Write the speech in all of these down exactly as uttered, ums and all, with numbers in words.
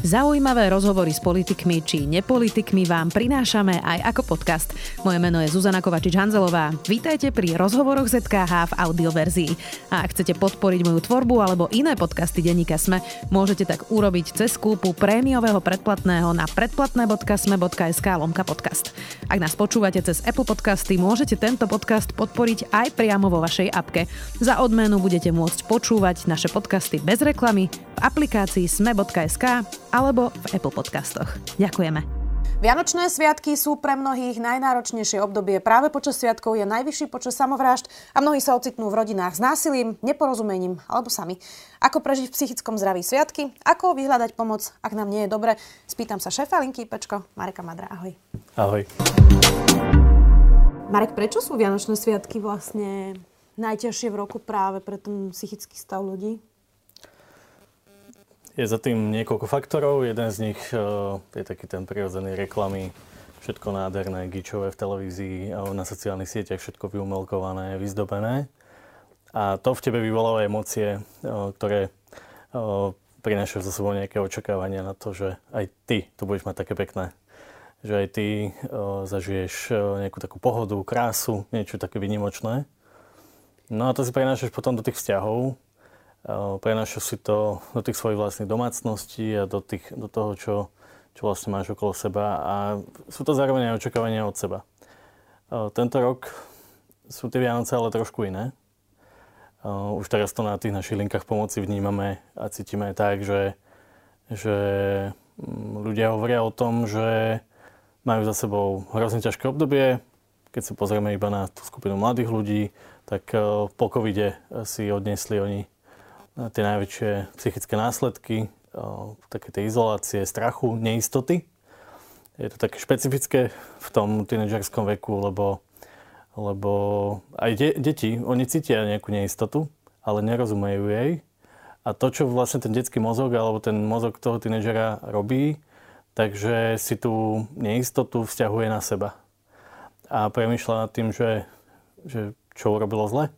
Zaujímavé rozhovory s politikmi či nepolitikmi vám prinášame aj ako podcast. Moje meno je Zuzana Kovačič-Hanzelová. Vítajte pri rozhovoroch zet ká há v audioverzii. A ak chcete podporiť moju tvorbu alebo iné podcasty denníka SME, môžete tak urobiť cez kúpu prémiového predplatného na predplatné bodka sme bodka es ká lomka podcast. Ak nás počúvate cez Apple Podcasty, môžete tento podcast podporiť aj priamo vo vašej apke. Za odmenu budete môcť počúvať naše podcasty bez reklamy v aplikácii sme bodka es ká alebo v Apple Podcastoch. Ďakujeme. Vianočné sviatky sú pre mnohých najnáročnejšie obdobie. Práve počas sviatkov je najvyšší počet samovrážd a mnohí sa ocitnú v rodinách s násilím, neporozumením alebo sami. Ako prežiť v psychickom zdraví sviatky? Ako vyhľadať pomoc, ak nám nie je dobre? Spýtam sa šéfa linky IPčko, Mareka Madra. Ahoj. Ahoj. Marek, prečo sú Vianočné sviatky vlastne najťažšie v roku práve pre ten psychický stav ľudí? Je za tým niekoľko faktorov. Jeden z nich uh, je taký ten prirodzený reklamy. Všetko nádherné, gičové v televízii, na sociálnych sieťach, všetko vyumelkované, vyzdobené. A to v tebe vyvoláva emócie, uh, ktoré uh, prinášajú za sebou nejaké očakávania na to, že aj ty to budeš mať také pekné. Že aj ty uh, zažiješ uh, nejakú takú pohodu, krásu, niečo také výnimočné. No a to si prenášaš potom do tých vzťahov. Prenášaš si to do tých svojich vlastných domácností a do, tých, do toho, čo, čo vlastne máš okolo seba. A sú to zároveň aj očakávania od seba. Tento rok sú tie Vianoce ale trošku iné. Už teraz to na tých našich linkách pomoci vnímame a cítime tak, že, že ľudia hovoria o tom, že majú za sebou hrozne ťažké obdobie. Keď si pozrieme iba na tú skupinu mladých ľudí, tak po covide si odniesli oni tie najväčšie psychické následky, také tie izolácie, strachu, neistoty. Je to také špecifické v tom tínedžerskom veku, lebo, lebo aj de- deti, oni cítia nejakú neistotu, ale nerozumejú jej. A to, čo vlastne ten detský mozog alebo ten mozog toho tínedžera robí, takže si tú neistotu vzťahuje na seba. A premýšľa nad tým, že, že čo urobilo zle.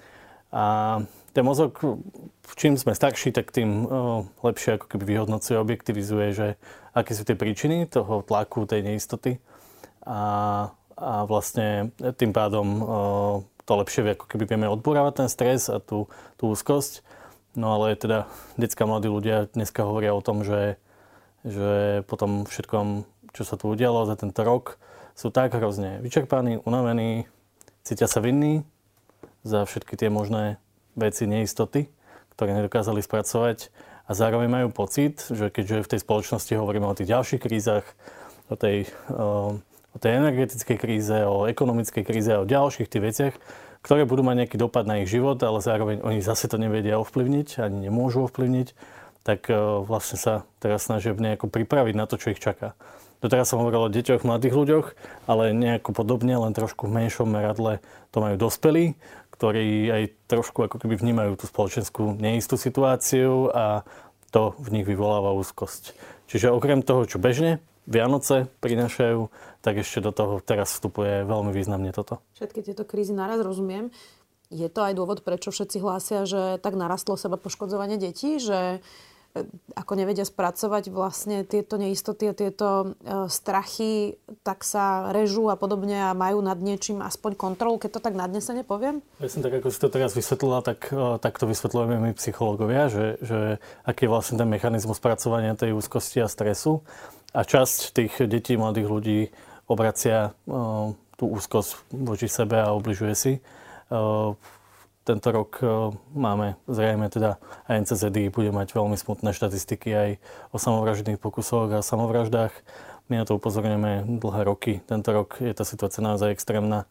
A ten mozog, čím sme starší, tak tým o, lepšie ako keby vyhodnocuje, objektivizuje, že aké sú tie príčiny toho tlaku, tej neistoty. A, a vlastne tým pádom o, to lepšie ako keby vieme odburávať ten stres a tú, tú úzkosť. No ale teda detská mladí ľudia dneska hovoria o tom, že, že po tom všetkom, čo sa tu udialo za tento rok, sú tak hrozne vyčerpaní, unavení, cítia sa vinní za všetky tie možné veci, neistoty, ktoré nedokázali spracovať a zároveň majú pocit, že keďže v tej spoločnosti hovoríme o tých ďalších krízach, o tej, o, o tej energetickej kríze, o ekonomickej kríze a o ďalších tých veciach, ktoré budú mať nejaký dopad na ich život, ale zároveň oni zase to nevedia ovplyvniť, ani nemôžu ovplyvniť, tak o, vlastne sa teraz snažia nejako pripraviť na to, čo ich čaká. Doteraz som hovoril o deťoch, mladých ľuďoch, ale nejako podobne, len trošku v menšom meradle to majú dospelí, ktorí aj trošku ako keby vnímajú tú spoločenskú neistú situáciu a to v nich vyvoláva úzkosť. Čiže okrem toho, čo bežne Vianoce prinášajú, tak ešte do toho teraz vstupuje veľmi významne toto. Všetky tieto krízy naraz rozumiem. Je to aj dôvod, prečo všetci hlásia, že tak narastlo seba poškodzovanie detí, že ako nevedia spracovať vlastne tieto neistoty a tieto e, strachy, tak sa režú a podobne a majú nad niečím aspoň kontrolu, keď to tak nadnesene poviem? Ja som tak, ako si to teraz vysvetlila, tak, tak to vysvetľujeme my psychológovia, že, že aký je vlastne ten mechanizmus spracovania tej úzkosti a stresu. A časť tých detí, mladých ľudí obracia e, tú úzkosť voči sebe a ubližuje si. E, Tento rok máme zrejme teda aj en cé zet í bude mať veľmi smutné štatistiky aj o samovražedných pokusoch a samovraždách. My na to upozorňujeme dlhé roky. Tento rok je tá situácia naozaj extrémna.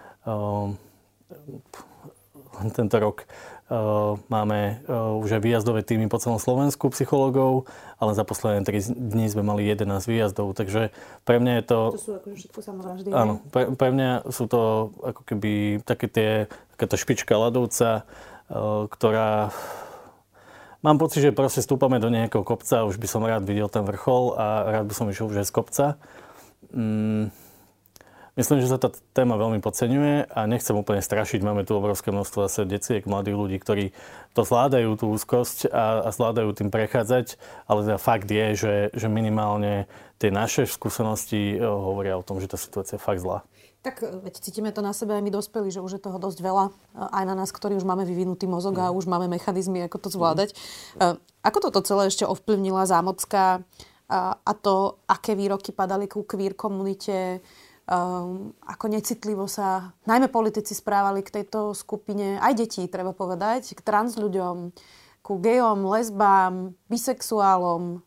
Tento rok máme už aj výjazdové týmy po celom Slovensku psychológov, ale za posledné tri dni sme mali jedenásť výjazdov, takže pre mňa je to... To sú akože všetko samovraždy. Áno, pre, pre mňa sú to ako keby také tie, taká tá špička ľadovca, ktorá... Mám pocit, že proste stúpame do nejakého kopca, už by som rád videl ten vrchol a rád by som išiel už aj z kopca. Mm. Myslím, že sa tá téma veľmi podceňuje a nechcem úplne strašiť. Máme tu obrovské množstvo zase deciek mladých ľudí, ktorí to zvládajú, tú úzkosť a, a zvládajú tým prechádzať, ale teda fakt je, že, že minimálne tie naše skúsenosti hovoria o tom, že tá situácia je fakt zlá. Tak veď cítime to na sebe aj my dospelí, že už je toho dosť veľa. Aj na nás, ktorí už máme vyvinutý mozog a už máme mechanizmy, ako to zvládať. Ako toto celé ešte ovplyvnila Zámocká a to, aké výroky padali ku queer komunite, ako necitlivo sa najmä politici správali k tejto skupine, aj detí, treba povedať, k trans ľuďom, ku gejom, lesbám, bisexuálom,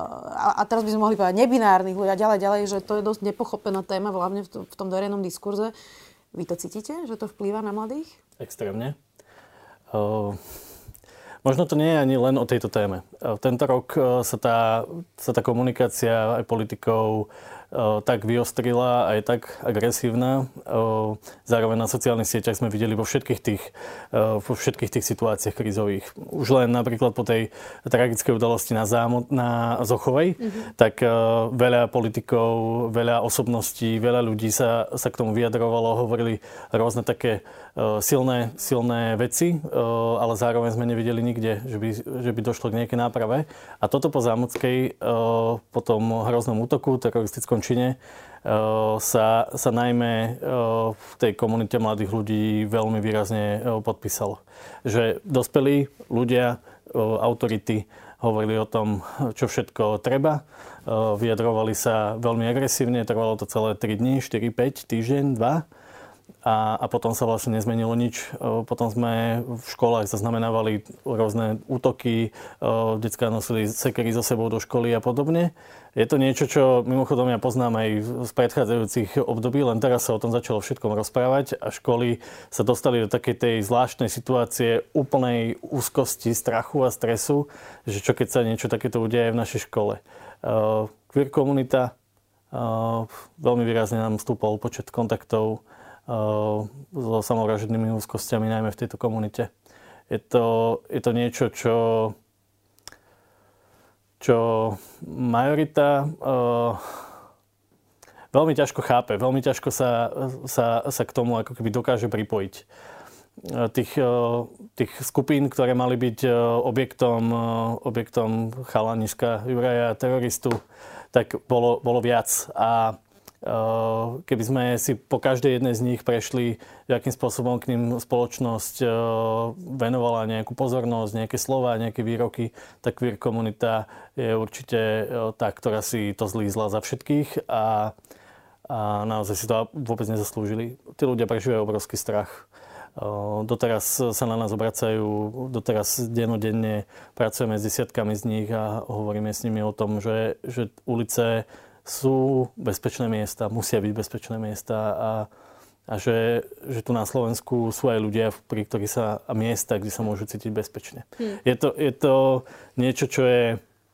a teraz by sme mohli povedať nebinárnych ľudí a ďalej, ďalej, že to je dosť nepochopená téma, hlavne v tom verejnom diskurze. Vy to cítite, že to vplýva na mladých? Extrémne. Uh, možno to nie je ani len o tejto téme. Uh, tento rok uh, sa, tá, sa tá komunikácia aj politikov uh, tak vyostrila a je tak agresívna. Uh, zároveň na sociálnych sieťach sme videli vo všetkých tých, uh, vo všetkých tých situáciách krízových. Už len napríklad po tej tragickej udalosti na, Zámo- na Zochovej, mm-hmm. tak uh, veľa politikov, veľa osobností, veľa ľudí sa, sa k tomu vyjadrovalo, hovorili rôzne také uh, silné, silné veci, uh, ale zároveň sme nevideli nikde, že by, že by došlo k nejakej náprave. A toto po Zámockej, uh, po tom hroznom útoku, teroristickom čine, uh, sa, sa najmä uh, v tej komunite mladých ľudí veľmi výrazne uh, podpísalo. Že dospelí ľudia, uh, autority hovorili o tom, čo všetko treba. Uh, vyjadrovali sa veľmi agresívne, trvalo to celé tri dni, štyri päť, týždeň, dva. A, a potom sa vlastne nezmenilo nič. Potom sme v školách zaznamenávali rôzne útoky, decká nosili sekery so sebou do školy a podobne. Je to niečo, čo mimochodom ja poznám aj z predchádzajúcich období, len teraz sa o tom začalo všetkom rozprávať a školy sa dostali do takej tej zvláštnej situácie úplnej úzkosti, strachu a stresu, že čo keď sa niečo takéto udeje v našej škole. Queer komunita, veľmi výrazne nám stúpol počet kontaktov so samovražednými úzkostiami, najmä v tejto komunite. Je to, je to niečo, čo, čo majorita uh, veľmi ťažko chápe, veľmi ťažko sa, sa, sa k tomu ako keby dokáže pripojiť. Tých, tých skupín, ktoré mali byť objektom, objektom chalaniska Juraja, teroristu, tak bolo, bolo viac. A keby sme si po každej jednej z nich prešli, akým spôsobom k ním spoločnosť venovala nejakú pozornosť, nejaké slová, nejaké výroky, tak queer komunita je určite tá, ktorá si to zlízla za všetkých a, a naozaj si to vôbec nezaslúžili. Tí ľudia prežívajú obrovský strach. Doteraz sa na nás obracajú, doteraz dennodenne pracujeme s desiatkami z nich a hovoríme s nimi o tom, že, že ulice sú bezpečné miesta, musia byť bezpečné miesta a, a že, že tu na Slovensku sú aj ľudia, pri ktorých sa, a miesta, kde sa môžu cítiť bezpečne. Hmm. Je to, je to niečo, čo je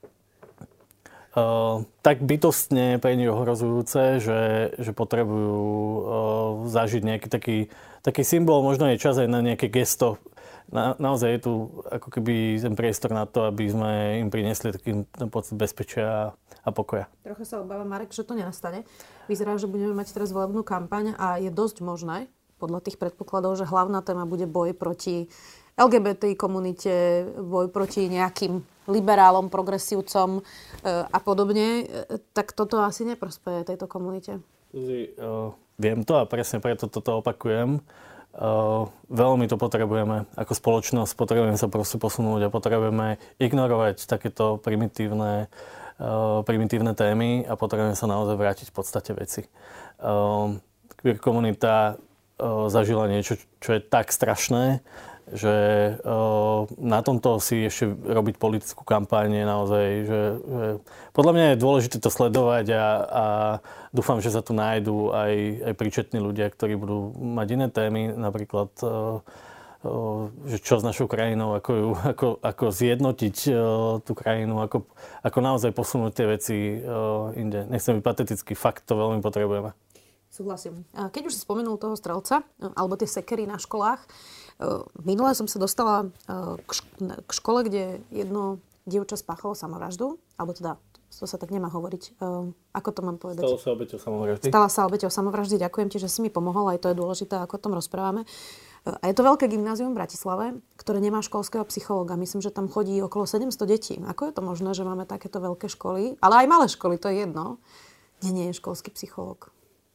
uh, tak bytostne pre nich ohrozujúce, že, že potrebujú uh, zažiť nejaký taký, taký symbol, možno je čas aj na nejaké gesto. Na, naozaj je tu ako keby ten priestor na to, aby sme im priniesli taký ten pocit bezpečia a pokoja. Trocha sa obávam, Marek, že to nenastane. Vyzerá, že budeme mať teraz volebnú kampaň a je dosť možné, podľa tých predpokladov, že hlavná téma bude boj proti el gé bé té komunite, boj proti nejakým liberálom, progresívcom a podobne. Tak toto asi neprospeje tejto komunite. Uh, viem to a presne preto toto opakujem. Uh, veľmi to potrebujeme ako spoločnosť, potrebujeme sa proste posunúť a potrebujeme ignorovať takéto primitívne, uh, primitívne témy a potrebujeme sa naozaj vrátiť v podstate veci. Uh, queer komunita uh, zažila niečo, čo je tak strašné, že uh, na tomto si ešte robiť politickú kampaň je naozaj, že, že podľa mňa je dôležité to sledovať a, a dúfam, že sa tu nájdú aj, aj príčetní ľudia, ktorí budú mať iné témy, napríklad uh, uh, že čo s našou krajinou, ako, ju, ako, ako zjednotiť uh, tú krajinu, ako, ako naozaj posunúť tie veci uh, inde. Nechcem byť patetický, fakt to veľmi potrebujeme. Súhlasím. Keď už si spomenul toho strelca, alebo tie sekery na školách, minule som sa dostala k škole, kde jedno dievča spáchalo samovraždu, alebo teda To sa tak nemá hovoriť. Uh, ako to mám povedať? Stala sa obeťou samovraždy. Stala sa obeťou samovraždy. Ďakujem ti, že si mi pomohol. Aj to je dôležité, ako o tom rozprávame. Uh, a je to veľké gymnázium v Bratislave, ktoré nemá školského psychológa. Myslím, že tam chodí okolo sedemsto detí. Ako je to možné, že máme takéto veľké školy, ale aj malé školy, to je jedno, kde nie je školský psychológ?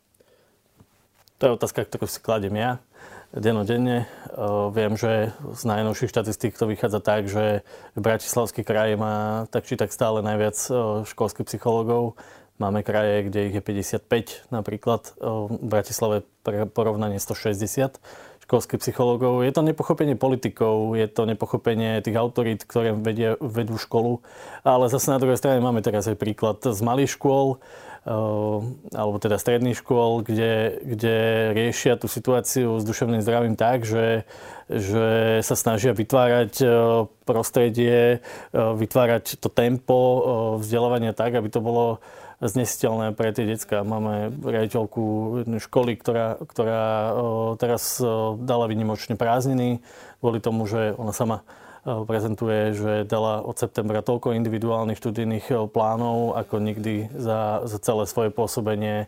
To je otázka, ktorú si kladiem ja denodenne. Uh, viem, že z najnovších štatistík to vychádza tak, že Bratislavský kraj má tak či tak stále najviac uh, školských psychológov. Máme kraje, kde ich je päťdesiatpäť napríklad. Uh, v Bratislave pre porovnanie stošesťdesiat školských psychológov. Je to nepochopenie politikov, je to nepochopenie tých autorít, ktoré vedia, vedú školu. Ale zase na druhej strane máme teraz aj príklad z malých škôl, alebo teda stredných škôl, kde, kde riešia tú situáciu s duševným zdravím tak, že, že sa snažia vytvárať prostredie, vytvárať to tempo vzdelávania tak, aby to bolo znesiteľné pre tie decká. Máme riaditeľku jednej školy, ktorá, ktorá teraz dala výnimočne prázdniny kvôli tomu, že ona sama prezentuje, že dala od septembra toľko individuálnych študijných plánov, ako nikdy za, za celé svoje pôsobenie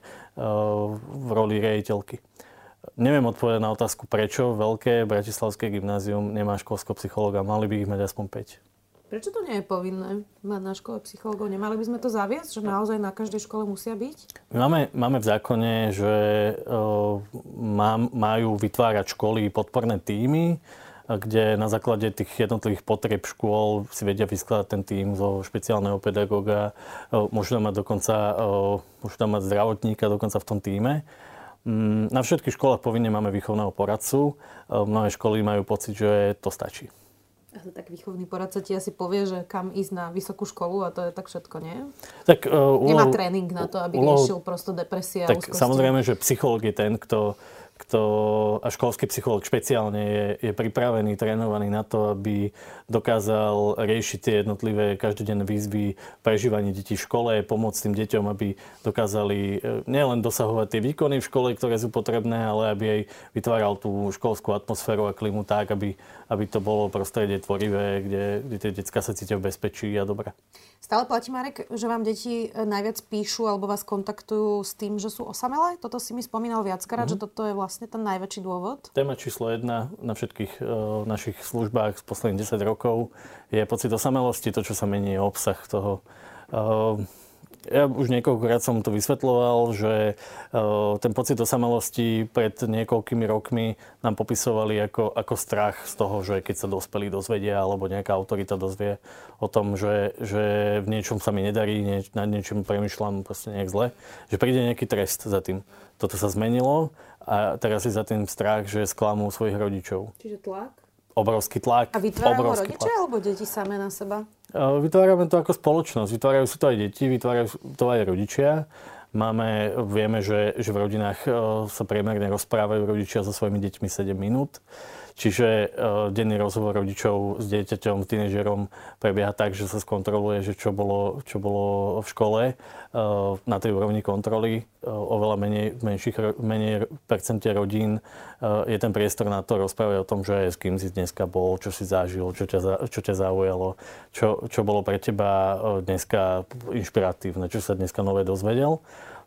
v roli riaditeľky. Neviem odpovedať na otázku, prečo veľké bratislavské gymnázium nemá školského psychológa. Mali by ich mať aspoň päť. Prečo to nie je povinné mať na škole psychológov? Nemali by sme to zaviesť, že naozaj na každej škole musia byť? Máme, máme v zákone, že uh, má, majú vytvárať školy podporné tímy, kde na základe tých jednotlivých potrieb škôl si vedia vyskladať ten tím zo špeciálneho pedagóga. Môžu tam mať dokonca môžu tam mať zdravotníka dokonca v tom tíme. Na všetkých školách povinne máme výchovného poradcu. Mnohé školy majú pocit, že to stačí. A to tak výchovný poradca ti asi povie, že kam ísť na vysokú školu a to je tak všetko, nie? Tak, uh, Nemá tréning na to, aby úlohu, riešil prosto depresia a úzkosti. Tak samozrejme, že psychológ je ten, kto kto, a školský psychológ špeciálne je, je pripravený, trénovaný na to, aby dokázal riešiť tie jednotlivé každodenné výzvy prežívania detí v škole, pomôcť tým deťom, aby dokázali nielen dosahovať tie výkony v škole, ktoré sú potrebné, ale aby aj vytváral tú školskú atmosféru a klimu tak, aby, aby to bolo prostredie tvorivé, kde, kde tie decká sa cítia v bezpečí a dobre. Stále platí, Marek, že vám deti najviac píšu alebo vás kontaktujú s tým, že sú osamelé? Toto si mi spomínal viackrát, mm-hmm. že toto je vlastne ten najväčší dôvod? Téma číslo jedna na všetkých uh, našich službách z posledných desať rokov je pocit osamelosti, to, čo sa mení, je obsah toho. Uh, Ja už niekoľkokrát som to vysvetľoval, že uh, ten pocit osamelosti pred niekoľkými rokmi nám popisovali ako, ako strach z toho, že keď sa dospelí dozvedia alebo nejaká autorita dozvie o tom, že, že v niečom sa mi nedarí, nieč, nad niečím premýšľam proste nejak zle, že príde nejaký trest za tým. Toto sa zmenilo a teraz je za tým strach, že sklamú svojich rodičov. Čiže tlak? Obrovský tlak. A vytvárajú ho rodičia alebo deti samé na seba? Vytvárame to ako spoločnosť. Vytvárajú si to aj deti, vytvárajú to aj rodičia. Máme, vieme, že, že v rodinách sa priemerne rozprávajú rodičia so svojimi deťmi sedem minút. Čiže uh, denný rozhovor rodičov s dieťaťom, s tínežerom prebieha tak, že sa skontroluje, že čo bolo, čo bolo v škole. Uh, na tej úrovni kontroly uh, oveľa menej, menších, menej percente rodín uh, je ten priestor na to rozprávať o tom, že s kým si dneska bol, čo si zažil, čo ťa, čo ťa zaujalo, čo, čo bolo pre teba dneska inšpiratívne, čo sa dneska nové dozvedel.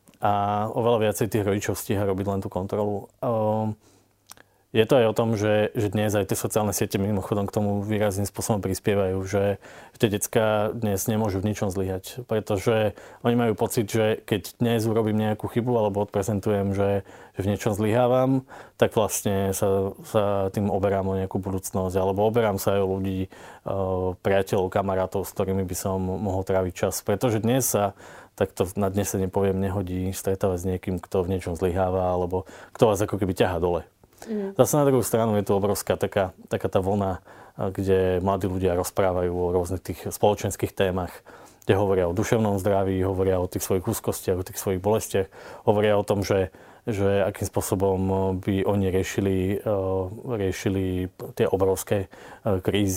A oveľa viacej tých rodičov stíha robiť len tú kontrolu. Uh, Je to aj o tom, že, že dnes aj tie sociálne siete mimochodom k tomu výrazným spôsobom prispievajú, že tie decká dnes nemôžu v ničom zlyhať, pretože oni majú pocit, že keď dnes urobím nejakú chybu alebo odprezentujem, že, že v niečom zlyhávam, tak vlastne sa, sa tým oberám o nejakú budúcnosť alebo oberám sa aj o ľudí, priateľov, kamarátov, s ktorými by som mohol tráviť čas. Pretože dnes sa takto na dnes sa nepoviem, nehodí stretávať s niekým, kto v niečom zlyháva alebo kto vás ako keby ťahá dole. Mm. Zase na druhú stranu je tu obrovská taká, taká tá vlna, kde mladí ľudia rozprávajú o rôznych tých spoločenských témach, kde hovoria o duševnom zdraví, hovoria o tých svojich úzkostiach, o tých svojich bolestiach, hovoria o tom, že, že akým spôsobom by oni riešili, riešili tie obrovské krízy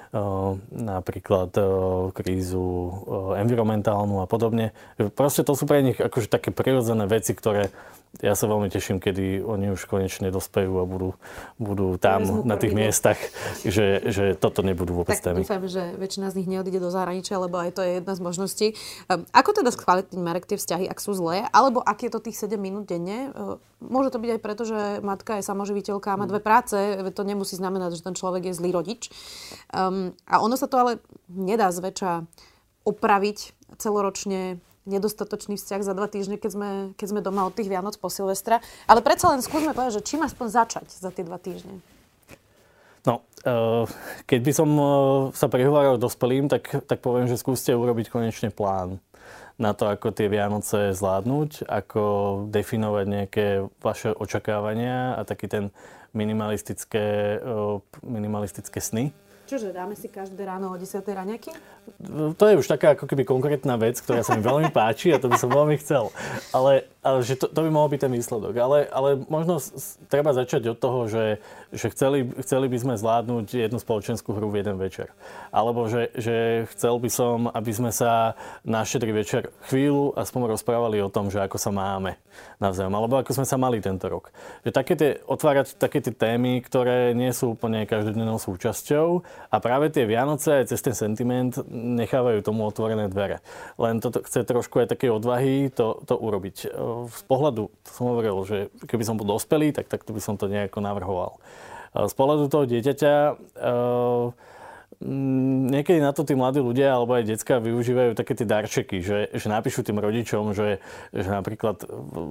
napríklad krízu environmentálnu a podobne. Proste to sú pre nich akože také prirodzené veci, ktoré ja sa veľmi teším, kedy oni už konečne dospejú a budú, budú tam na tých miestach, že, že toto nebudú vôbec témy. Tak dúfam, že väčšina z nich neodíde do zahraničia, lebo aj to je jedna z možností. Ako teda skvalitniť, Marek, tie vzťahy, ak sú zlé? Alebo ak je to tých sedem minút denne? Môže to byť aj preto, že matka je samoživiteľka a má dve práce. To nemusí znamenať, že ten človek je zlý rodič. Um, a ono sa to ale nedá zväčša opraviť celoročne nedostatočný vzťah za dva týždne, keď sme, keď sme doma od tých Vianoc po Silvestra. Ale predsa len skúsme povedať, že čím aspoň začať za tie dva týždne? No, keď by som sa prihováral dospelým, tak, tak poviem, že skúste urobiť konečne plán na to, ako tie Vianoce zvládnuť, ako definovať nejaké vaše očakávania a taký ten minimalistické, minimalistické sny. Čože, dáme si každé ráno o desiatej raňajky? To je už taká ako keby konkrétna vec, ktorá sa mi veľmi páči a to by som veľmi chcel. Ale, ale že to, to by mohol byť ten výsledok. Ale, ale možno s, treba začať od toho, že, že chceli, chceli by sme zvládnuť jednu spoločenskú hru v jeden večer. Alebo že, že chcel by som, aby sme sa na štedrý večer chvíľu aspoň rozprávali o tom, že ako sa máme navzájom. Alebo ako sme sa mali tento rok. Že také tie, otvárať také tie témy, ktoré nie sú úplne každodennou súčasťou. A práve tie Vianoce aj cez ten sentiment nechávajú tomu otvorené dvere. Len to chce trošku aj takej odvahy to, to urobiť. Z pohľadu, to som hovoril, že keby som bol dospelý, tak takto by som to nejako navrhoval. Z pohľadu toho dieťaťa niekedy na to tí mladí ľudia alebo aj decká využívajú také tie darčeky, že, že napíšu tým rodičom, že, že napríklad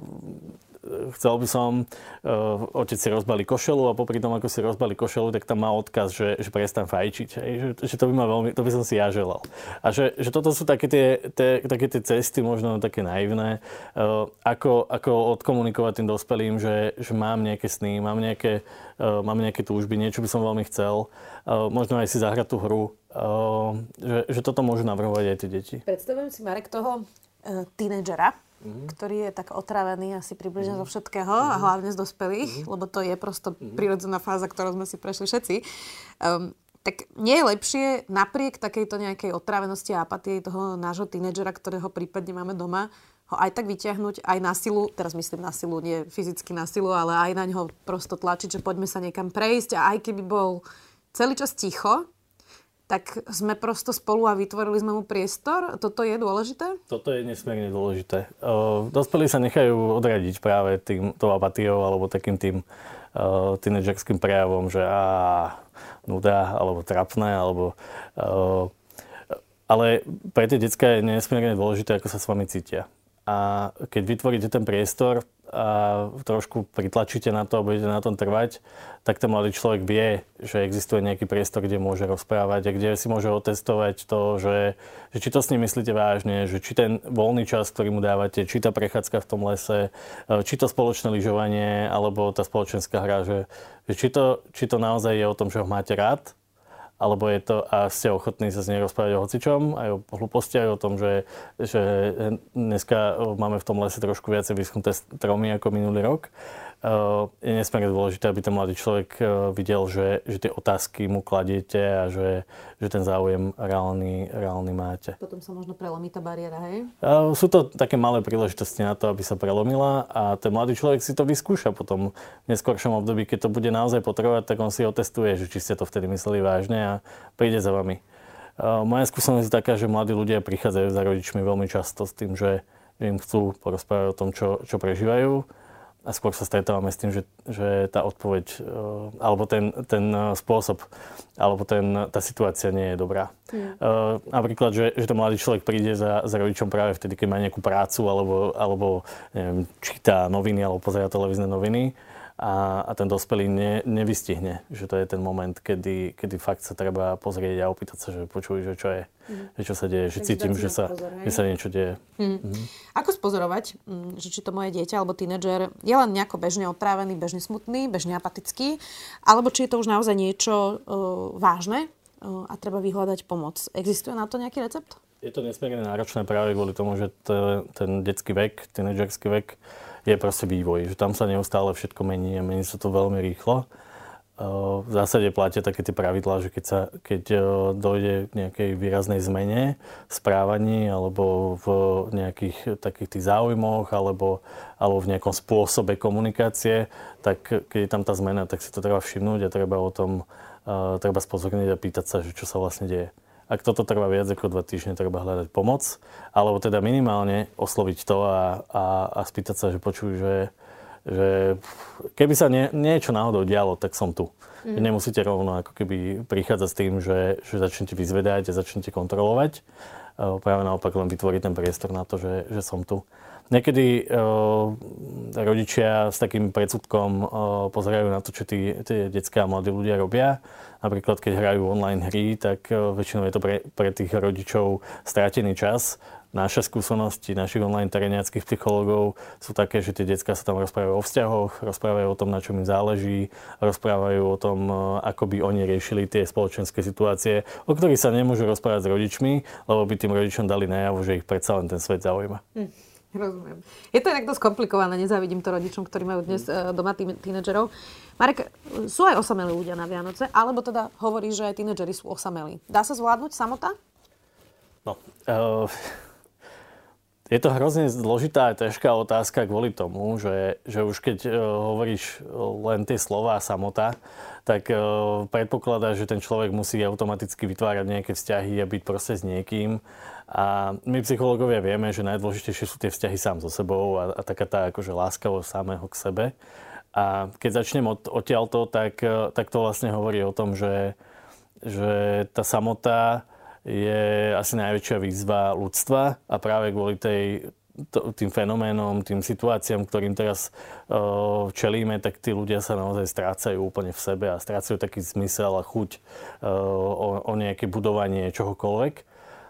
chcel by som, uh, otec si rozbalí košelu a popri tom, ako si rozbalí košelu, tak tam má odkaz, že, že prestan fajčiť. Hej? Že, že to by ma veľmi, to by som si ja želal. A že, že toto sú také tie, tie, také tie cesty, možno také naivné, uh, ako, ako odkomunikovať tým dospelým, že, že mám nejaké sny, mám nejaké, uh, mám nejaké túžby, niečo by som veľmi chcel. Uh, možno aj si zahrať tú hru. Uh, že, že toto môžu navrhovať aj tie deti. Predstavujem si, Marek, toho uh, tínedžera, Mm-hmm. ktorý je tak otrávený asi približne mm-hmm. zo všetkého mm-hmm. a hlavne z dospelých, mm-hmm. lebo to je prosto mm-hmm. prirodzená fáza, ktorou sme si prešli všetci. Um, tak nie je lepšie napriek takejto nejakej otrávenosti a apatii toho nášho tínedžera, ktorého prípadne máme doma, ho aj tak vyťahnuť aj na silu, teraz myslím na silu, nie fyzicky na silu, ale aj na ňo prosto tlačiť, že poďme sa niekam prejsť a aj keby bol celý čas ticho, tak sme prosto spolu a vytvorili sme mu priestor. Toto je dôležité? Toto je nesmierne dôležité. Uh, dospelí sa nechajú odradiť práve tým, tou apatiou alebo takým tým uh, tínedžerským prejavom, že á, nuda, alebo trapné, alebo... Uh, ale pre tie decká je nesmierne dôležité, ako sa s vami cítia. A keď vytvoríte ten priestor a trošku pritlačíte na to a budete na tom trvať, tak ten mladý človek vie, že existuje nejaký priestor, kde môže rozprávať a kde si môže otestovať to, že, že či to s ním myslíte vážne, že či ten voľný čas, ktorý mu dávate, či tá prechádzka v tom lese, či to spoločné lyžovanie alebo tá spoločenská hra, že, že či, to, či to naozaj je o tom, že ho máte rád, alebo je to a ste ochotní sa s nej rozprávať o hocičom, aj o hlúpostiach, o tom, že, že dneska máme v tom lese trošku viacej vyschnuté stromy ako minulý rok. Je nesmierne dôležité, aby ten mladý človek videl, že, že tie otázky mu kladiete a že, že ten záujem reálny, reálny máte. Potom sa možno prelomí tá bariéra, hej? Sú to také malé príležitosti na to, aby sa prelomila a ten mladý človek si to vyskúša potom v neskôršom období, keď to bude naozaj potrebovať, tak on si otestuje, že či ste to vtedy mysleli vážne a príde za vami. Moja skúsenosť je taká, že mladí ľudia prichádzajú za rodičmi veľmi často s tým, že im chcú porozprávať o tom, čo, čo prežívajú. A skôr sa stretávame s tým, že, že tá odpoveď, alebo ten, ten spôsob, alebo ten, tá situácia nie je dobrá. Mm. Uh, napríklad, že, že ten mladý človek príde za, za rodičom práve vtedy, keď má nejakú prácu, alebo, alebo neviem, číta noviny, alebo pozerá televízne noviny. A, a ten dospelý ne, nevystihne, že to je ten moment, kedy, kedy fakt sa treba pozrieť a opýtať sa, že počuj, že čo je, mm. že čo sa deje, že tak cítim, že sa, pozor, že sa niečo deje. Mm. Mm. Ako spozorovať, že či to moje dieťa alebo tínedžer je len nejako bežne otrávený, bežne smutný, bežne apatický, alebo či je to už naozaj niečo uh, vážne uh, a treba vyhľadať pomoc. Existuje na to nejaký recept? Je to nesmierne náročné práve kvôli tomu, že to, ten detský vek, tínedžerský vek je proste vývoj, že tam sa neustále všetko mení a mení sa to veľmi rýchlo. v zásade platia také tie pravidlá, že keď, sa, keď dojde k nejakej výraznej zmene v správaní alebo v nejakých takých tých záujmoch alebo, alebo v nejakom spôsobe komunikácie, tak keď je tam tá zmena, tak si to treba všimnúť a treba o tom uh, treba spozorniť a pýtať sa, že čo sa vlastne deje. Ak toto trvá viac ako dva týždne, treba hľadať pomoc, alebo teda minimálne osloviť to a, a, a spýtať sa, že počuj, že že keby sa nie, niečo náhodou dialo, tak som tu. Mm. Nemusíte rovno ako keby prichádzať s tým, že, že začnete vyzvedať a začnete kontrolovať. Práve naopak len vytvoriť ten priestor na to, že, že som tu. Niekedy uh, rodičia s takým predsudkom uh, pozerajú na to, čo tí, tí detská a mladí ľudia robia. Napríklad, keď hrajú online hry, tak uh, väčšinou je to pre, pre tých rodičov strátený čas. Naše skúsenosti našich online teréniackych psychológov sú také, že tie decká sa tam rozprávajú o vzťahoch, rozprávajú o tom, na čom im záleží, rozprávajú o tom, ako by oni riešili tie spoločenské situácie, o ktorých sa nemôžu rozprávať s rodičmi, lebo by tým rodičom dali najavo, že ich predsa len ten svet zaujíma. Hm, rozumiem. Je to inak dosť komplikované, nezávidím to rodičom, ktorí majú dnes hm. doma tí, tínedžerov. Marek, sú aj osamelí ľudia na Vianoce, alebo teda hovorí, že aj tínedžeri sú osamelí. Dá sa zvládnuť samota? No, uh... Je to hrozne zložitá a ťažká otázka kvôli tomu, že, že už keď uh, hovoríš len tie slová samota, tak uh, predpokladá, že ten človek musí automaticky vytvárať nejaké vzťahy a byť proste s niekým. A my psychológovia vieme, že najdôležitejšie sú tie vzťahy sám so sebou a, a taká tá akože láskavosť samého k sebe. A keď začnem od, odtiaľto, tak, tak to vlastne hovorí o tom, že, že tá samota je asi najväčšia výzva ľudstva a práve kvôli tej, to, tým fenoménom, tým situáciám, ktorým teraz uh, čelíme, tak tí ľudia sa naozaj strácajú úplne v sebe a strácajú taký zmysel a chuť uh, o, o nejaké budovanie čohokoľvek.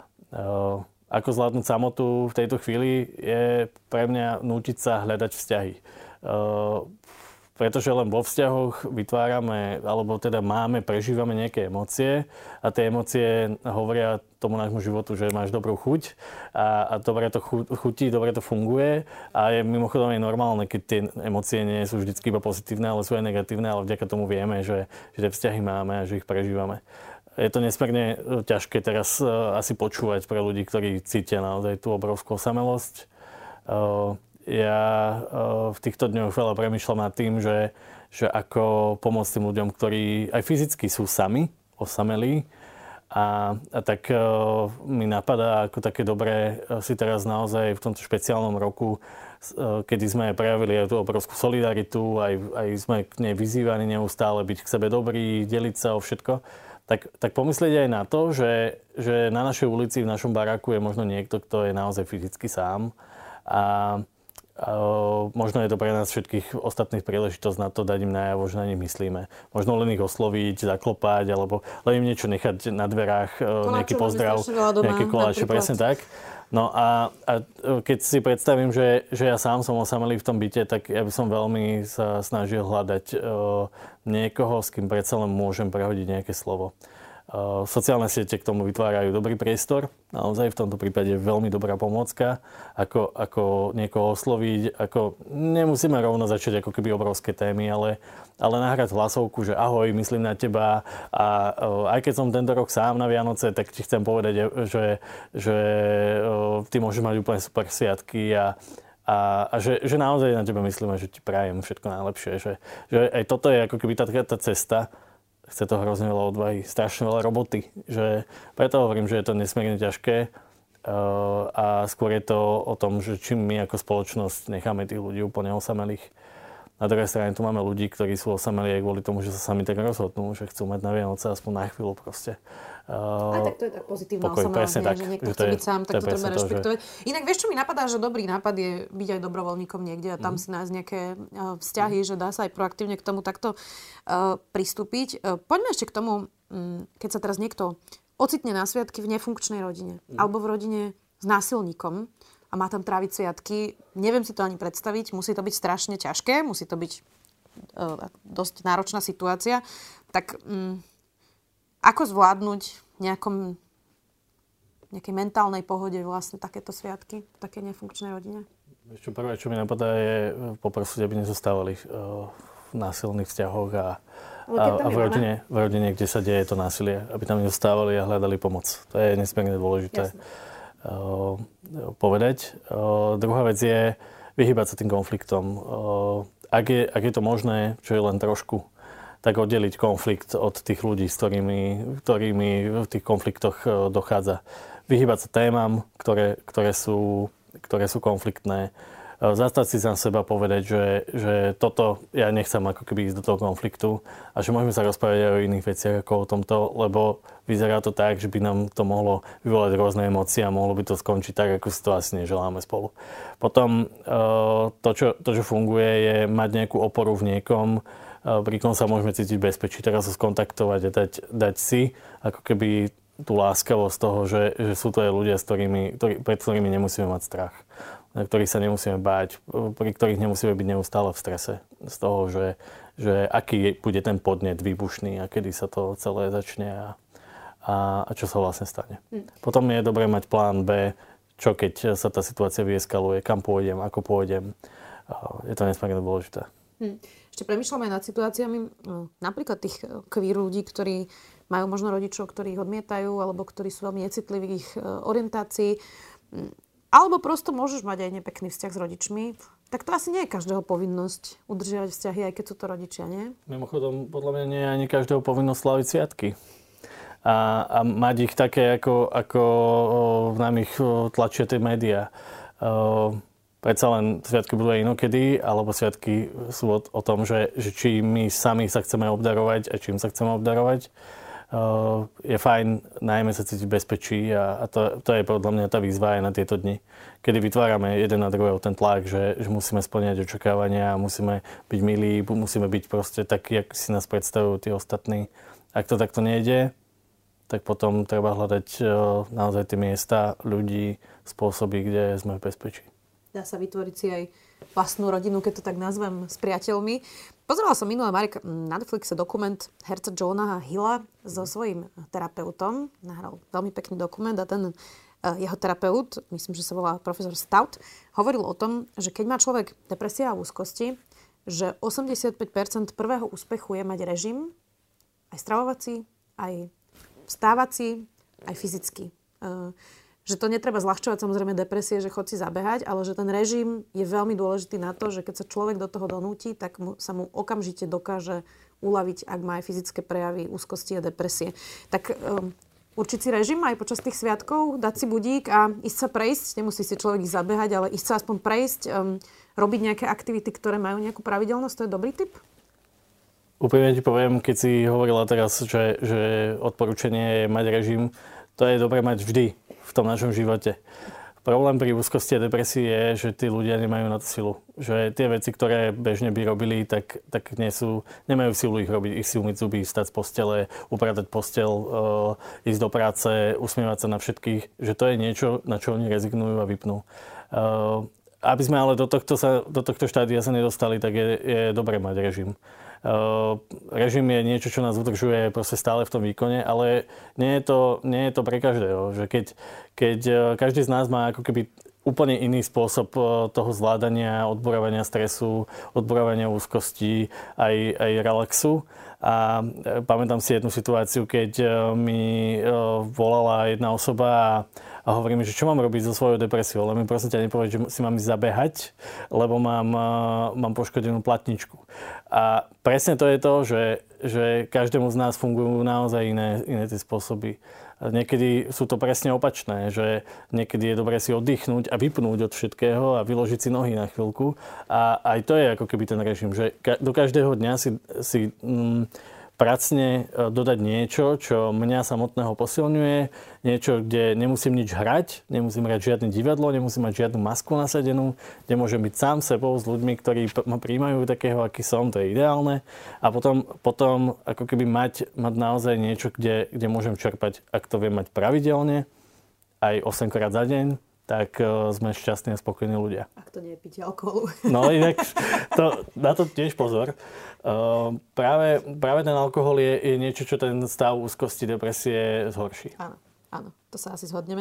Uh, ako zvládnuť samotu v tejto chvíli je pre mňa nútiť sa hľadať vzťahy. Uh, Pretože len vo vzťahoch vytvárame, alebo teda máme, prežívame nejaké emócie a tie emócie hovoria tomu nášmu životu, že máš dobrú chuť a, a dobre to chutí, dobre to funguje a je mimochodom aj normálne, keď tie emócie nie sú vždy iba pozitívne, ale sú aj negatívne, ale vďaka tomu vieme, že, že tie vzťahy máme a že ich prežívame. Je to nesmierne ťažké teraz uh, asi počúvať pre ľudí, ktorí cítia naozaj tú obrovskú osamelosť. Uh, Ja v týchto dňoch veľa premýšľam nad tým, že, že ako pomôcť tým ľuďom, ktorí aj fyzicky sú sami, osamelí. A, a tak uh, mi napadá ako také dobré si teraz naozaj v tomto špeciálnom roku, uh, kedy sme prejavili aj tú obrovskú solidaritu, aj, aj sme k nej vyzývaní neustále byť k sebe dobrí, deliť sa o všetko, tak, tak pomyslieť aj na to, že, že na našej ulici, v našom baráku je možno niekto, kto je naozaj fyzicky sám. A Uh, možno je to pre nás všetkých ostatných príležitosť na to dať im najavo, že na nich myslíme. Možno len ich osloviť, zaklopať, alebo len im niečo nechať na dverách, uh, nejaký pozdrav, nejaké koláče, presne tak. No a, a keď si predstavím, že, že ja sám som osamelý v tom byte, tak ja by som veľmi sa snažil hľadať uh, niekoho, s kým predsa len môžem prehodiť nejaké slovo. Uh, sociálne siete k tomu vytvárajú dobrý priestor. Naozaj v tomto prípade je veľmi dobrá pomôcka, ako, ako niekoho osloviť. Ako, nemusíme rovno začať ako keby obrovské témy, ale, ale nahrať hlasovku, že ahoj, myslím na teba. A uh, aj keď som tento rok sám na Vianoce, tak ti chcem povedať, že, že uh, ty môžeš mať úplne super sviatky a A, a že, že naozaj na teba myslíme, že ti prajem všetko najlepšie. Že, že aj toto je ako keby tá, tá cesta. Chce to hrozne veľa odvahy, strašne veľa roboty. Že preto hovorím, že je to nesmierne ťažké. Uh, a skôr je to o tom, že čím my ako spoločnosť necháme tých ľudí úplne osamelých. Na druhej strane tu máme ľudí, ktorí sú osamelí aj kvôli tomu, že sa sami tak rozhodnú, že chcú mať na Vianoce aspoň na chvíľu proste. Uh, Aj tak to je tak pozitívna osamelosť, že niekto chce byť sám, tak to, to treba rešpektovať. Že... Inak vieš, čo mi napadá, že dobrý nápad je byť aj dobrovoľníkom niekde a tam mm. si nájsť nejaké uh, vzťahy, mm. že dá sa aj proaktívne k tomu takto uh, pristúpiť. Uh, poďme ešte k tomu, um, keď sa teraz niekto ocitne na sviatky v nefunkčnej rodine mm. alebo v rodine s násilníkom a má tam tráviť sviatky, neviem si to ani predstaviť, musí to byť strašne ťažké, musí to byť uh, dosť náročná situácia. Tak... Um, Ako zvládnuť v nejakom, nejakej mentálnej pohode vlastne takéto sviatky v takej nefunkčnej rodine? Čo prvé, čo mi napadá, je poprosiť, aby nezostávali v násilných vzťahoch a, a, a v, rodine, v rodine, kde sa deje to násilie, aby tam nedostávali a hľadali pomoc. To je nesmierne dôležité uh, povedať. Uh, druhá vec je vyhýbať sa tým konfliktom. Uh, ak, je, ak je to možné, čo je len trošku, tak oddeliť konflikt od tých ľudí, s ktorými, ktorými v tých konfliktoch uh, dochádza. Vyhýbať sa témam, ktoré, ktoré, sú, ktoré sú konfliktné. Zastať si za seba, povedať, že, že toto ja nechcem ako keby ísť do toho konfliktu a že môžeme sa rozprávať aj o iných veciach ako o tomto, lebo vyzerá to tak, že by nám to mohlo vyvolať rôzne emócie a mohlo by to skončiť tak, ako si to asi neželáme spolu. Potom to, čo, to, čo funguje, je mať nejakú oporu v niekom, pri kom sa môžeme cítiť v bezpečí, teraz sa skontaktovať a dať, dať si ako keby tú láskavosť toho, že, že sú to aj ľudia, s ktorými, ktorý, pred ktorými nemusíme mať strach, na ktorých sa nemusíme báť, pri ktorých nemusíme byť neustále v strese z toho, že, že aký bude ten podnet výbušný a kedy sa to celé začne a, a, a čo sa vlastne stane. Hmm. Potom je dobré mať plán B, čo keď sa tá situácia vyeskaluje, kam pôjdem, ako pôjdem. Je to nesmierne dôležité. Hmm. Ešte premýšľam aj nad situáciami napríklad tých queer ľudí, ktorí majú možno rodičov, ktorí ich odmietajú, alebo ktorí sú veľmi necitliví v ich orientácii. Alebo prosto môžeš mať aj nepekný vzťah s rodičmi. Tak to asi nie je každého povinnosť udržiavať vzťahy, aj keď sú to rodičia, nie? Mimochodom, podľa mňa nie je ani každého povinnosť sláviť sviatky. A, a mať ich také, ako, ako nám ich tlačia tie médiá. Predsa len sviatky budú aj inokedy, alebo sviatky sú o, o tom, že, že či my sami sa chceme obdarovať a čím sa chceme obdarovať. Uh, je fajn najmä sa cítiť v bezpečí a, a to, to je podľa mňa tá výzva aj na tieto dni, kedy vytvárame jeden na druhého ten tlak, že, že musíme spĺňať očakávania a musíme byť milí, musíme byť proste takí, ako si nás predstavujú tí ostatní. Ak to takto nejde, tak potom treba hľadať uh, naozaj tie miesta, ľudí, spôsoby, kde sme v bezpečí. Dá sa vytvoriť si aj vlastnú rodinu, keď to tak nazvem, s priateľmi. Pozerala som minulé, Marek, na Netflixe dokument herca Jonah Hilla so svojím terapeutom. Nahral veľmi pekný dokument a ten jeho terapeut, myslím, že sa volá profesor Stout, hovoril o tom, že keď má človek depresie a úzkosti, že osemdesiatpäť percent prvého úspechu je mať režim, aj stravovací, aj vstávací, aj fyzický. Že to netreba zľahčovať samozrejme depresie, že chod si zabehať, ale že ten režim je veľmi dôležitý na to, že keď sa človek do toho donúti, tak mu, sa mu okamžite dokáže uľaviť, ak má aj fyzické prejavy úzkosti a depresie. Tak um, určiť si režim aj počas tých sviatkov, dať si budík a ísť sa prejsť, nemusí si človek ísť zabehať, ale ísť sa aspoň prejsť, um, robiť nejaké aktivity, ktoré majú nejakú pravidelnosť, to je dobrý tip? Úplne ti poviem, keď si hovorila teraz, že, že odporúčanie je mať režim, to je dobré mať vždy v tom našom živote. Problém pri úzkosti a depresii je, že tí ľudia nemajú na to silu. Že tie veci, ktoré bežne by robili, tak, tak nie sú, nemajú silu ich robiť. Ich si umyť zuby, stať z postele, upratať posteľ, uh, ísť do práce, usmievať sa na všetkých. Že to je niečo, na čo oni rezignujú a vypnú. Uh, aby sme ale do tohto, sa, do tohto štádia sa nedostali, tak je, je dobré mať režim. Uh, režim je niečo, čo nás udržuje proste stále v tom výkone, ale nie je to, nie je to pre každého. Že keď, keď každý z nás má ako keby úplne iný spôsob toho zvládania, odborovania stresu, odborovania úzkosti, aj, aj relaxu. A pamätám si jednu situáciu, keď mi volala jedna osoba a A hovorím, že čo mám robiť so svojou depresiou, ale mi prosím ťa nepovedať, že si mám ísť zabehať, lebo mám, mám poškodenú platničku. A presne to je to, že, že každému z nás fungujú naozaj iné, iné tie spôsoby. A niekedy sú to presne opačné, že niekedy je dobré si oddychnúť a vypnúť od všetkého a vyložiť si nohy na chvíľku. A aj to je ako keby ten režim, že do každého dňa si, si mm, pracne dodať niečo, čo mňa samotného posilňuje, niečo, kde nemusím nič hrať, nemusím hrať žiadne divadlo, nemusím mať žiadnu masku nasadenú, kde môžem byť sám sebou s ľuďmi, ktorí ma príjmajú takého, aký som, to je ideálne. A potom, potom ako keby mať, mať naozaj niečo, kde, kde môžem čerpať, ak to viem mať pravidelne, aj osemkrát za deň, tak uh, sme šťastní a spokojní ľudia. Ak to nie je pitie alkoholu. No inak, to, na to tiež pozor. Uh, práve, práve ten alkohol je, je niečo, čo ten stav úzkosti, depresie zhorší. Áno, áno, to sa asi zhodneme.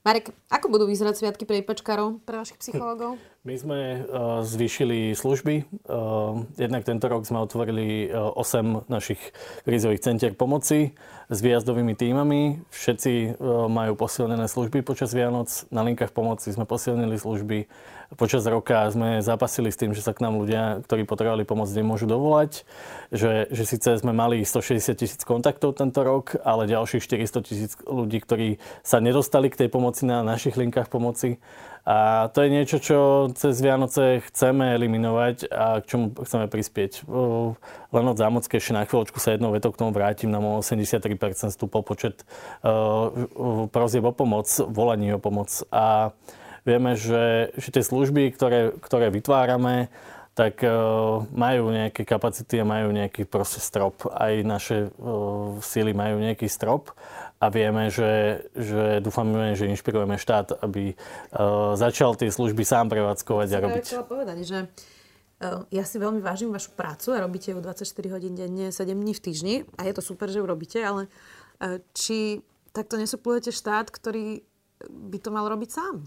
Marek, ako budú vyzerať sviatky pre IPčkarov, pre vašich psychológov? My sme uh, zvýšili služby. Uh, jednak tento rok sme otvorili uh, osem našich krízových centier pomoci s výjazdovými tímami. Všetci uh, majú posilnené služby počas Vianoc. Na linkách pomoci sme posilnili služby. Počas roka sme zápasili s tým, že sa k nám ľudia, ktorí potrebovali pomoc, nemôžu dovolať. Že, že síce sme mali stošesťdesiat tisíc kontaktov tento rok, ale ďalších štyristo tisíc ľudí, ktorí sa nedostali k tej pomoci na našich linkách pomoci. A to je niečo, čo cez Vianoce chceme eliminovať a k čomu chceme prispieť. Len od Zámockej ešte na chvíľočku sa jednou vetou k tomu vrátim. Nám o osemdesiattri percent stúpol počet prosieb o pomoc, volaní o pomoc. A vieme, že, že tie služby, ktoré, ktoré vytvárame, tak uh, majú nejaké kapacity a majú nejaký proste strop. Aj naše uh, síly majú nejaký strop a vieme, že, že dúfame, že inšpirujeme štát, aby uh, začal tie služby sám prevádzkovať a robiť. Ja chcela povedať, že uh, ja si veľmi vážim vašu prácu a robíte ju dvadsaťštyri hodín denne, sedem dní v týždni a je to super, že ju robíte, ale uh, či takto nesuplujete štát, ktorý by to mal robiť sám?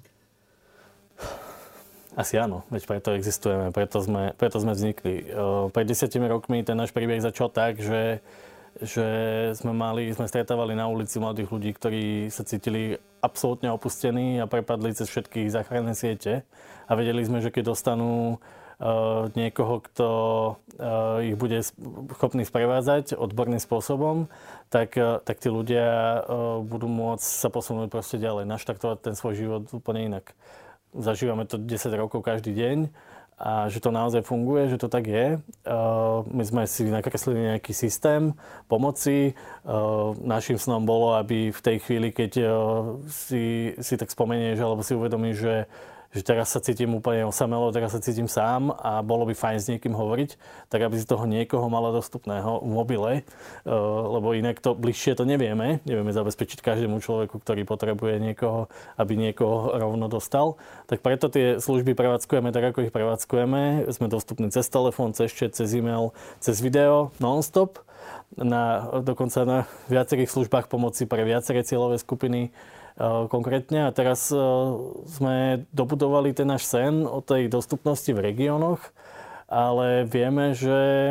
Asi áno, veď preto existujeme, preto sme, preto sme vznikli. Pred desiatimi rokmi ten náš príbeh začal tak, že, že sme mali, sme stretávali na ulici mladých ľudí, ktorí sa cítili absolútne opustení a prepadli cez všetky záchranné siete. A vedeli sme, že keď dostanú uh, niekoho, kto uh, ich bude schopný sprevádzať odborným spôsobom, tak, uh, tak tí ľudia uh, budú môcť sa posunúť proste ďalej, naštartovať ten svoj život úplne inak. Zažívame to desať rokov každý deň a že to naozaj funguje, že to tak je. My sme si nakreslili nejaký systém pomoci. Naším snom bolo, aby v tej chvíli, keď si, si tak spomenieš alebo si uvedomíš, že že teraz sa cítim úplne osamelo, teraz sa cítim sám a bolo by fajn s niekým hovoriť, tak aby si toho niekoho mala dostupného v mobile, lebo inak to bližšie to nevieme. Nevieme zabezpečiť každému človeku, ktorý potrebuje niekoho, aby niekoho rovno dostal. Tak preto tie služby prevádzkujeme tak, ako ich prevádzkujeme. Sme dostupní cez telefón, cez chat, cez e-mail, cez video, non-stop. Na, dokonca na viacerých službách pomoci pre viaceré cieľové skupiny konkrétne. A teraz sme dobudovali ten náš sen o tej dostupnosti v regiónoch, ale vieme, že,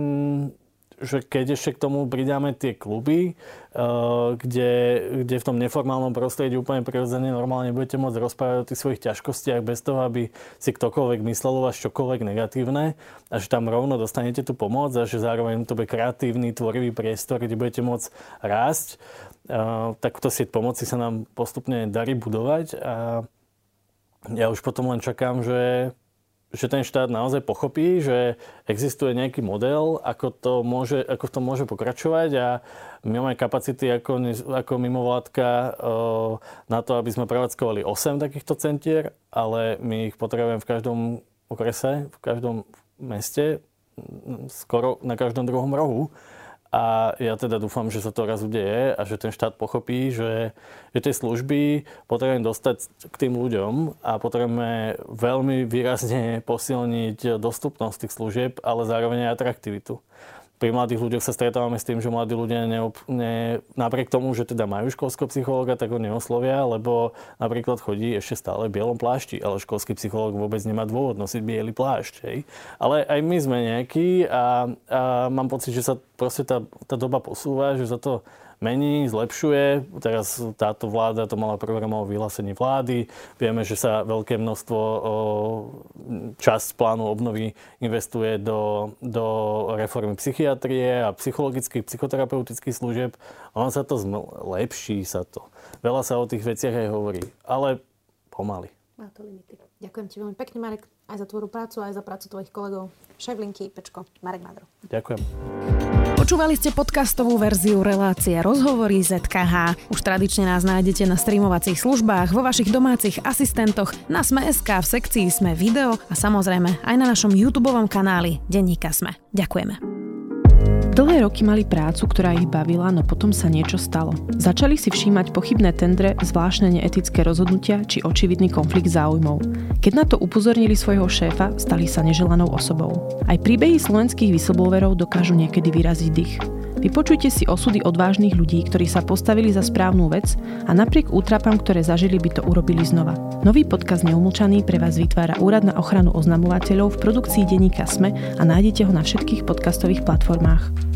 že keď ešte k tomu pridáme tie kluby, kde, kde v tom neformálnom prostredí úplne prirodzene normálne budete môcť rozprávať o tých svojich ťažkostiach bez toho, aby si ktokoľvek myslel o vás čokoľvek negatívne a že tam rovno dostanete tú pomoc a že zároveň to bude kreatívny, tvorivý priestor, kde budete môcť rásť. Uh, takúto sieť pomoci sa nám postupne darí budovať a ja už potom len čakám, že, že ten štát naozaj pochopí, že existuje nejaký model, ako to môže, ako to môže pokračovať a my máme kapacity ako, ako mimovládka uh, na to, aby sme prevádzkovali osem takýchto centier, ale my ich potrebujeme v každom okrese, v každom meste, skoro na každom druhom rohu. A ja teda dúfam, že sa to raz udeje a že ten štát pochopí, že, že tie služby potrebujeme dostať k tým ľuďom a potrebujeme veľmi výrazne posilniť dostupnosť tých služieb, ale zároveň aj atraktivitu. Pri mladých ľuďoch sa stretávame s tým, že mladí ľudia neop, ne, napriek tomu, že teda majú školského psychológa, tak ho neoslovia, lebo napríklad chodí ešte stále v bielom plášti, ale školský psychológ vôbec nemá dôvod nosiť biely plášť. Hej. Ale aj my sme nejakí a, a mám pocit, že sa proste tá, tá doba posúva, že sa to mení, zlepšuje. Teraz táto vláda to mala programové vyhlásenie vlády. Vieme, že sa veľké množstvo, časť plánu obnovy investuje do, do reformy psychiatrie a psychologických, psychoterapeutických služieb. Ono sa to zlepší, sa to. Veľa sa o tých veciach aj hovorí, ale pomaly. Má to limity. Ďakujem ti veľmi pekne, Marek, aj za tvoju prácu, aj za prácu tvojich kolegov. Šéf linky IPčko, Marek Madro. Ďakujem. Počúvali ste podcastovú verziu relácie Rozhovory zet ká há. Už tradične nás nájdete na streamovacích službách, vo vašich domácich asistentoch, na Sme bodka es ká, v sekcii Sme video a samozrejme aj na našom YouTubeovom kanáli Denníka Sme. Ďakujeme. Dlhé roky mali prácu, ktorá ich bavila, no potom sa niečo stalo. Začali si všímať pochybné tendre, zvláštne neetické rozhodnutia či očividný konflikt záujmov. Keď na to upozornili svojho šéfa, stali sa neželanou osobou. Aj príbehy slovenských whistleblowerov dokážu niekedy vyraziť dych. Vypočujte si osudy odvážnych ľudí, ktorí sa postavili za správnu vec a napriek útrapám, ktoré zažili, by to urobili znova. Nový podcast Neumlčaný pre vás vytvára Úrad na ochranu oznamovateľov v produkcii denníka SME a nájdete ho na všetkých podcastových platformách.